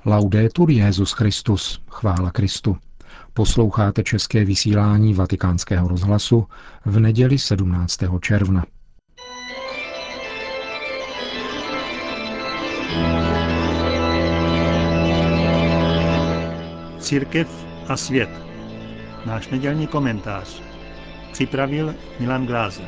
Laudetur Jesus Christus, chvála Kristu. Posloucháte české vysílání Vatikánského rozhlasu v neděli 17. června. Církev a svět. Náš nedělní komentář. Připravil Milan Glázer.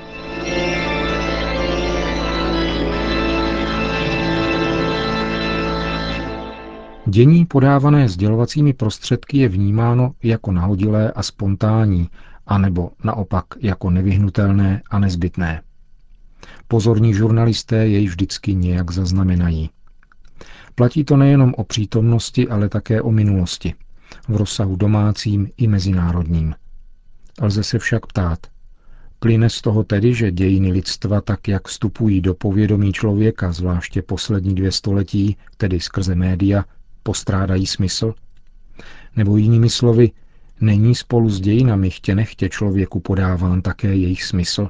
Dění podávané sdělovacími prostředky je vnímáno jako nahodilé a spontánní, anebo naopak jako nevyhnutelné a nezbytné. Pozorní žurnalisté jej vždycky nějak zaznamenají. Platí to nejenom o přítomnosti, ale také o minulosti, v rozsahu domácím i mezinárodním. Lze se však ptát, plyne z toho tedy, že dějiny lidstva tak, jak vstupují do povědomí člověka, zvláště poslední 2 století, tedy skrze média, postrádají smysl? Nebo jinými slovy, není spolu s dějinami chtě nechtě člověku podáván také jejich smysl?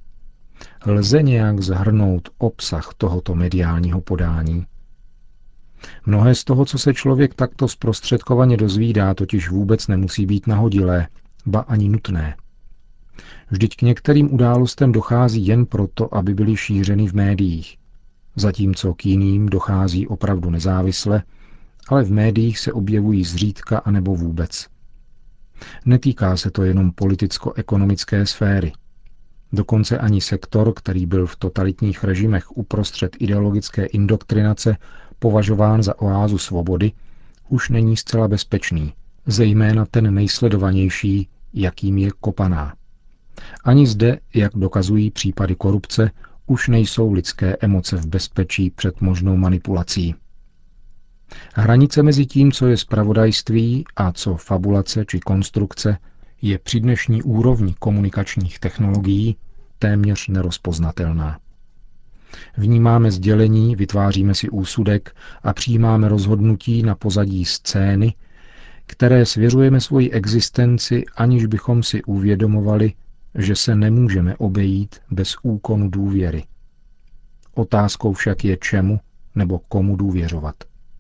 Lze nějak shrnout obsah tohoto mediálního podání? Mnohé z toho, co se člověk takto zprostředkovaně dozvídá, totiž vůbec nemusí být nahodilé, ba ani nutné. Vždyť k některým událostem dochází jen proto, aby byly šířeny v médiích, zatímco k jiným dochází opravdu nezávisle, ale v médiích se objevují zřídka anebo vůbec. Netýká se to jenom politicko-ekonomické sféry. Dokonce ani sektor, který byl v totalitních režimech uprostřed ideologické indoktrinace považován za oázu svobody, už není zcela bezpečný, zejména ten nejsledovanější, jakým je kopaná. Ani zde, jak dokazují případy korupce, už nejsou lidské emoce v bezpečí před možnou manipulací. Hranice mezi tím, co je zpravodajství a co fabulace či konstrukce, je při dnešní úrovni komunikačních technologií téměř nerozpoznatelná. Vnímáme sdělení, vytváříme si úsudek a přijímáme rozhodnutí na pozadí scény, které svěřujeme svoji existenci, aniž bychom si uvědomovali, že se nemůžeme obejít bez úkonu důvěry. Otázkou však je čemu nebo komu důvěřovat.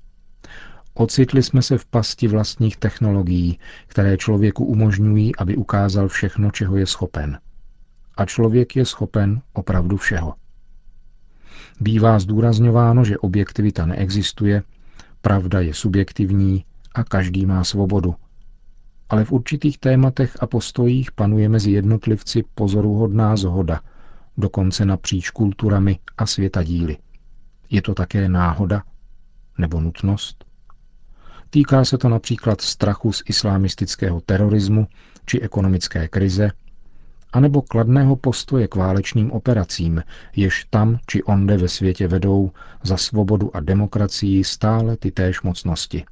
Ocitli jsme se v pasti vlastních technologií, které člověku umožňují, aby ukázal všechno, čeho je schopen. A člověk je schopen opravdu všeho. Bývá zdůrazňováno, že objektivita neexistuje, pravda je subjektivní a každý má svobodu. Ale v určitých tématech a postojích panuje mezi jednotlivci pozoruhodná shoda, dokonce napříč kulturami a světadíly. Je to také náhoda nebo nutnost? Týká se to například strachu z islamistického terorismu či ekonomické krize, anebo kladného postoje k válečným operacím, jež tam či onde ve světě vedou za svobodu a demokracii stále tytéž mocnosti.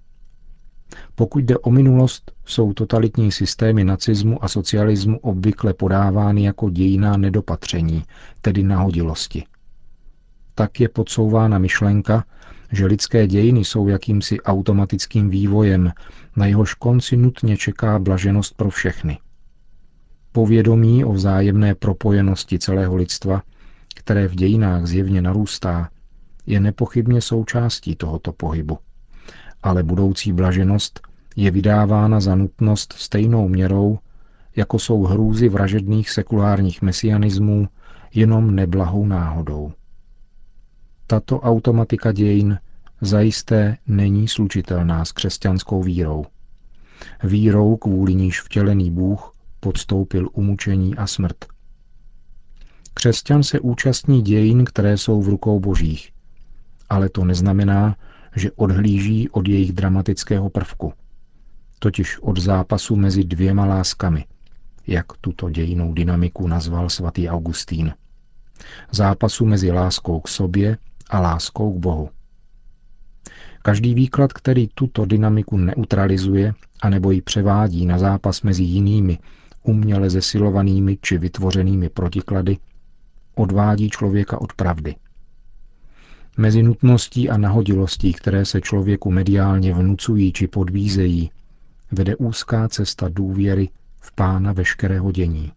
Pokud jde o minulost, jsou totalitní systémy nacismu a socialismu obvykle podávány jako dějinná nedopatření, tedy nahodilosti. Tak je podsouvána myšlenka, že lidské dějiny jsou jakýmsi automatickým vývojem, na jehož konci nutně čeká blaženost pro všechny. Povědomí o vzájemné propojenosti celého lidstva, které v dějinách zjevně narůstá, je nepochybně součástí tohoto pohybu. Ale budoucí blaženost je vydávána za nutnost stejnou měrou, jako jsou hrůzy vražedných sekulárních mesianismů, jenom neblahou náhodou. Tato automatika dějin zajisté není slučitelná s křesťanskou vírou. Vírou, kvůli níž vtělený Bůh podstoupil umučení a smrt. Křesťan se účastní dějin, které jsou v rukou božích, ale to neznamená, že odhlíží od jejich dramatického prvku, totiž od zápasu mezi 2 láskami, jak tuto dějinnou dynamiku nazval svatý Augustín. Zápasu mezi láskou k sobě a láskou k Bohu. Každý výklad, který tuto dynamiku neutralizuje anebo ji převádí na zápas mezi jinými, uměle zesilovanými či vytvořenými protiklady, odvádí člověka od pravdy. Mezi nutností a nahodilostí, které se člověku mediálně vnucují či podbízejí, vede úzká cesta důvěry v Pána veškerého dění.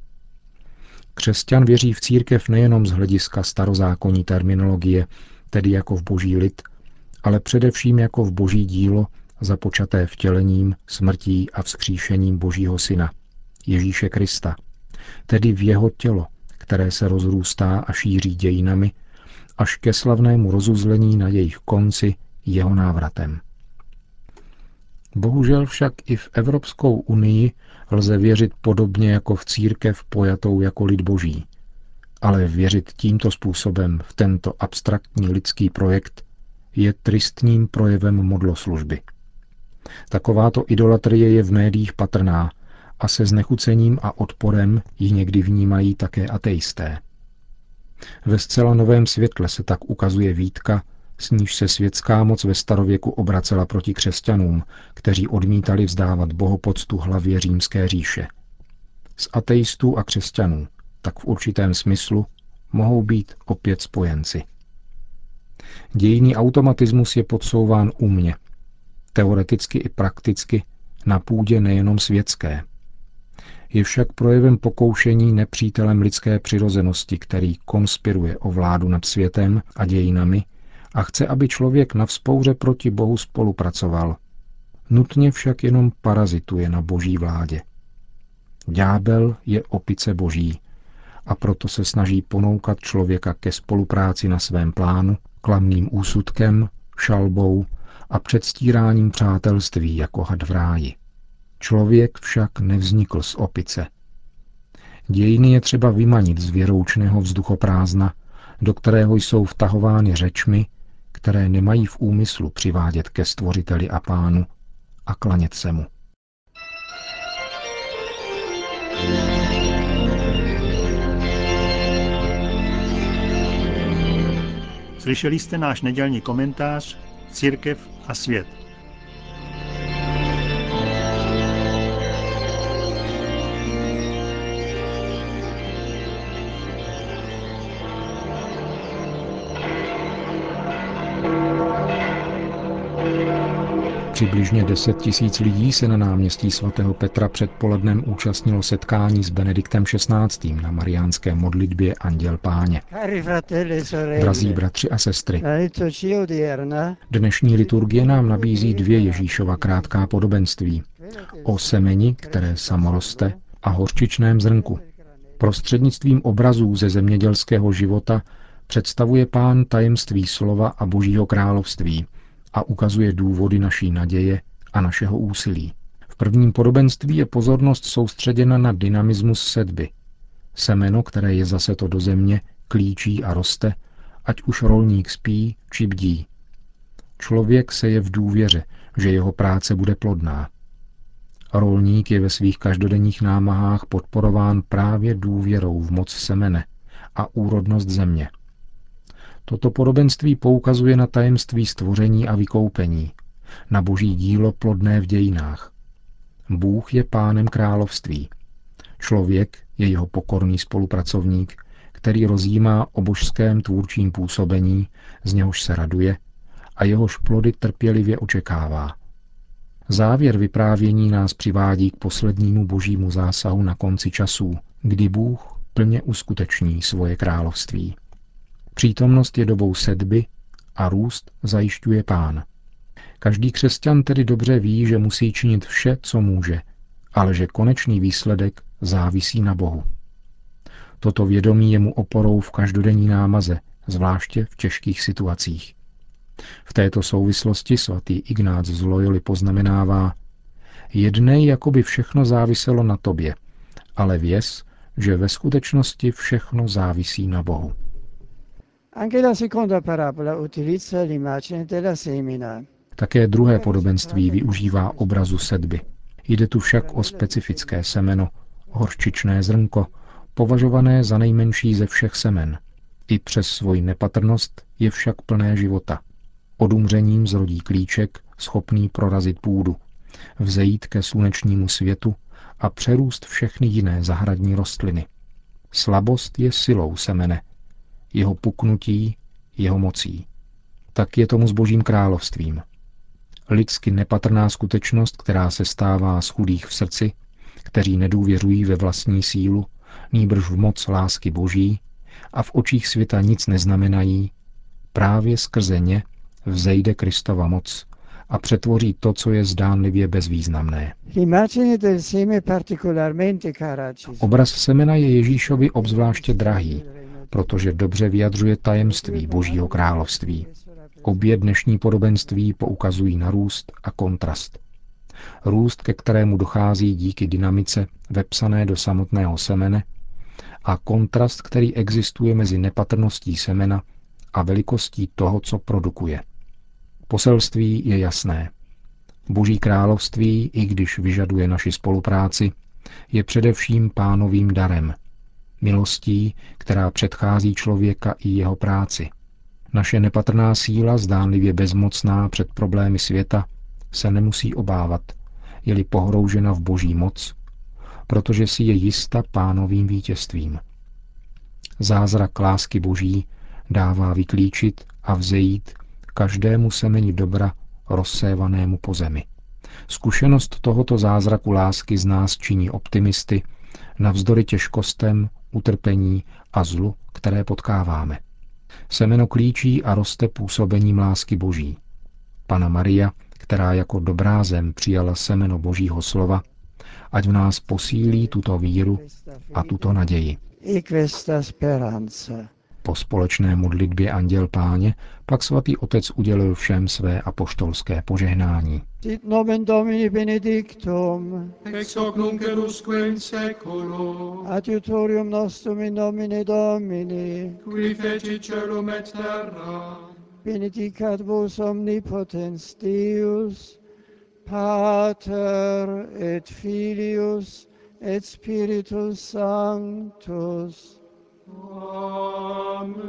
Křesťan věří v církev nejenom z hlediska starozákonní terminologie, tedy jako v boží lid, ale především jako v boží dílo, započaté vtělením, smrtí a vzkříšením Božího Syna, Ježíše Krista, tedy v jeho tělo, které se rozrůstá a šíří dějinami, až ke slavnému rozuzlení na jejich konci jeho návratem. Bohužel však i v Evropskou unii lze věřit podobně jako v církev pojatou jako lid boží, ale věřit tímto způsobem v tento abstraktní lidský projekt je tristním projevem modloslužby. Takováto idolatrie je v médiích patrná a se znechucením a odporem ji někdy vnímají také ateisté. Ve zcela novém světle se tak ukazuje výtka, s níž se světská moc ve starověku obracela proti křesťanům, kteří odmítali vzdávat bohopoctu hlavě římské říše. Z ateistů a křesťanů, tak v určitém smyslu, mohou být opět spojenci. Dějinný automatismus je podsouván umně, teoreticky i prakticky, na půdě nejenom světské. Je však projevem pokoušení nepřítelem lidské přirozenosti, který konspiruje o vládu nad světem a dějinami a chce, aby člověk navzpouře proti Bohu spolupracoval. Nutně však jenom parazituje na boží vládě. Ďábel je opice boží a proto se snaží ponoukat člověka ke spolupráci na svém plánu, klamným úsudkem, šalbou a předstíráním přátelství jako had v ráji. Člověk však nevznikl z opice. Dějiny je třeba vymanit z věroučného vzduchoprázdna, do kterého jsou vtahovány řečmi, které nemají v úmyslu přivádět ke Stvořiteli a Pánu a klanět se mu. Slyšeli jste náš nedělní komentář Církev a svět. Přibližně 10 000 lidí se na náměstí sv. Petra předpolednem účastnilo setkání s Benediktem XVI. Na mariánské modlitbě Anděl Páně. Drazí bratři a sestry, dnešní liturgie nám nabízí 2 Ježíšova krátká podobenství. O semeni, které samoroste, a hořčičném zrnku. Prostřednictvím obrazů ze zemědělského života představuje Pán tajemství slova a Božího království a ukazuje důvody naší naděje a našeho úsilí. V prvním podobenství je pozornost soustředěna na dynamismus setby. Semeno, které je zaseto do země, klíčí a roste, ať už rolník spí či bdí. Člověk se je v důvěře, že jeho práce bude plodná. Rolník je ve svých každodenních námahách podporován právě důvěrou v moc semene a úrodnost země. Toto podobenství poukazuje na tajemství stvoření a vykoupení, na boží dílo plodné v dějinách. Bůh je pánem království. Člověk je jeho pokorný spolupracovník, který rozjímá o božském tvůrčím působení, z něhož se raduje a jehož plody trpělivě očekává. Závěr vyprávění nás přivádí k poslednímu božímu zásahu na konci časů, kdy Bůh plně uskuteční svoje království. Přítomnost je dobou setby a růst zajišťuje Pán. Každý křesťan tedy dobře ví, že musí činit vše, co může, ale že konečný výsledek závisí na Bohu. Toto vědomí je mu oporou v každodenní námaze, zvláště v těžkých situacích. V této souvislosti svatý Ignác z Loyoli poznamenává: jednej, jako by všechno záviselo na tobě, ale věz, že ve skutečnosti všechno závisí na Bohu. Také druhé podobenství využívá obrazu setby. Jde tu však o specifické semeno, hořčičné zrnko, považované za nejmenší ze všech semen. I přes svoji nepatrnost je však plné života. Odumřením zrodí klíček, schopný prorazit půdu, vzejít ke slunečnímu světu a přerůst všechny jiné zahradní rostliny. Slabost je silou semene, jeho puknutí, jeho mocí. Tak je tomu s Božím královstvím. Lidsky nepatrná skutečnost, která se stává z chudých v srdci, kteří nedůvěřují ve vlastní sílu, nýbrž v moc lásky Boží a v očích světa nic neznamenají, právě skrze ně vzejde Kristova moc a přetvoří to, co je zdánlivě bezvýznamné. Obraz semena je Ježíšovi obzvláště drahý, protože dobře vyjadřuje tajemství Božího království. Obě dnešní podobenství poukazují na růst a kontrast. Růst, ke kterému dochází díky dynamice vepsané do samotného semene, a kontrast, který existuje mezi nepatrností semena a velikostí toho, co produkuje. Poselství je jasné. Boží království, i když vyžaduje naši spolupráci, je především Pánovým darem, milostí, která předchází člověka i jeho práci. Naše nepatrná síla, zdánlivě bezmocná před problémy světa, se nemusí obávat, je-li pohroužena v Boží moc, protože si je jista Pánovým vítězstvím. Zázrak lásky Boží dává vyklíčit a vzejít každému semeni dobra rozsévanému po zemi. Zkušenost tohoto zázraku lásky z nás činí optimisty navzdory těžkostem, utrpení a zlu, které potkáváme. Semeno klíčí a roste působením lásky Boží. Panna Maria, která jako dobrá zem přijala semeno Božího slova, ať v nás posílí tuto víru a tuto naději. Po společné modlitbě Anděl Páně pak svatý otec udělil všem své apoštolské požehnání. Sit nomen Domini benedictum, ex hoc nunc et usque in seculo, adiutorium nostrum in nomine Domini, qui fecit caelum et terra, benedicat vos omnipotens Deus, Pater et Filius et Spiritus Sanctus. Amen.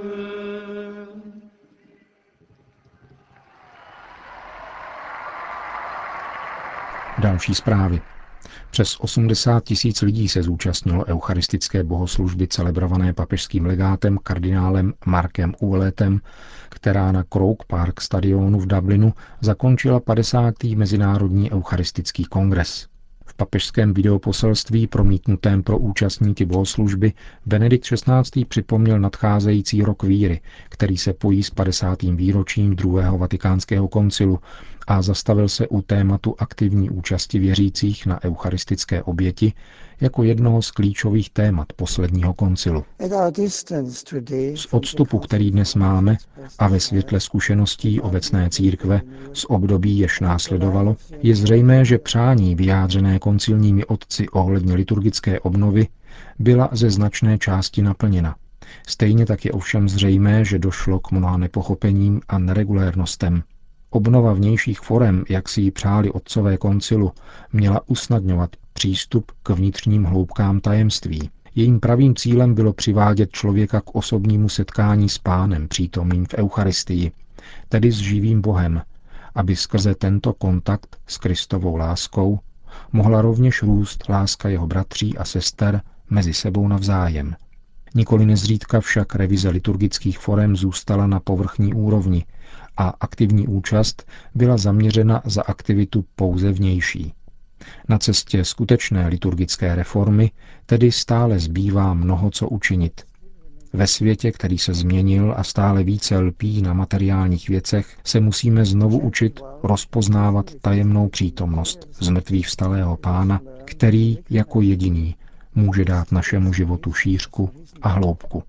Další zprávy. Přes 80 000 lidí se zúčastnilo eucharistické bohoslužby celebrované papežským legátem kardinálem Markem Ouelletem, která na Croke Park stadionu v Dublinu zakončila 50. Mezinárodní eucharistický kongres. V papežském videoposelství promítnutém pro účastníky bohoslužby Benedikt XVI. Připomněl nadcházející rok víry, který se pojí s 50. výročím druhého vatikánského koncilu a zastavil se u tématu aktivní účasti věřících na eucharistické oběti jako jednoho z klíčových témat posledního koncilu. Z odstupu, který dnes máme, a ve světle zkušeností obecné církve z období, jež následovalo, je zřejmé, že přání vyjádřené koncilními otci ohledně liturgické obnovy byla ze značné části naplněna. Stejně tak je ovšem zřejmé, že došlo k mnoha nepochopením a neregulérnostem. Obnova vnějších forem, jak si ji přáli otcové koncilu, měla usnadňovat přístup k vnitřním hloubkám tajemství. Jejím pravým cílem bylo přivádět člověka k osobnímu setkání s Pánem přítomným v Eucharistii, tedy s živým Bohem, aby skrze tento kontakt s Kristovou láskou mohla rovněž růst láska jeho bratří a sester mezi sebou navzájem. Nikoli nezřídka však revize liturgických forem zůstala na povrchní úrovni a aktivní účast byla zaměřena za aktivitu pouze vnější. Na cestě skutečné liturgické reformy tedy stále zbývá mnoho co učinit. Ve světě, který se změnil a stále více lpí na materiálních věcech, se musíme znovu učit rozpoznávat tajemnou přítomnost zmrtvýchvstalého Pána, který jako jediný může dát našemu životu šířku a hloubku.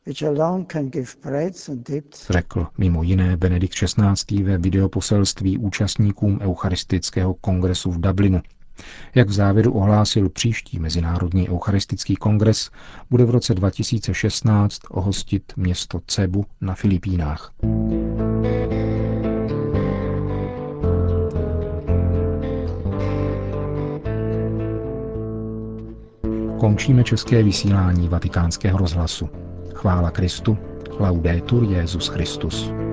Řekl mimo jiné Benedikt XVI. Ve videoposelství účastníkům eucharistického kongresu v Dublinu. Jak v závěru ohlásil, příští Mezinárodní eucharistický kongres bude v roce 2016 hostit město Cebu na Filipínách. Končíme české vysílání Vatikánského rozhlasu. Chvála Kristu, laudetur Jesus Christus.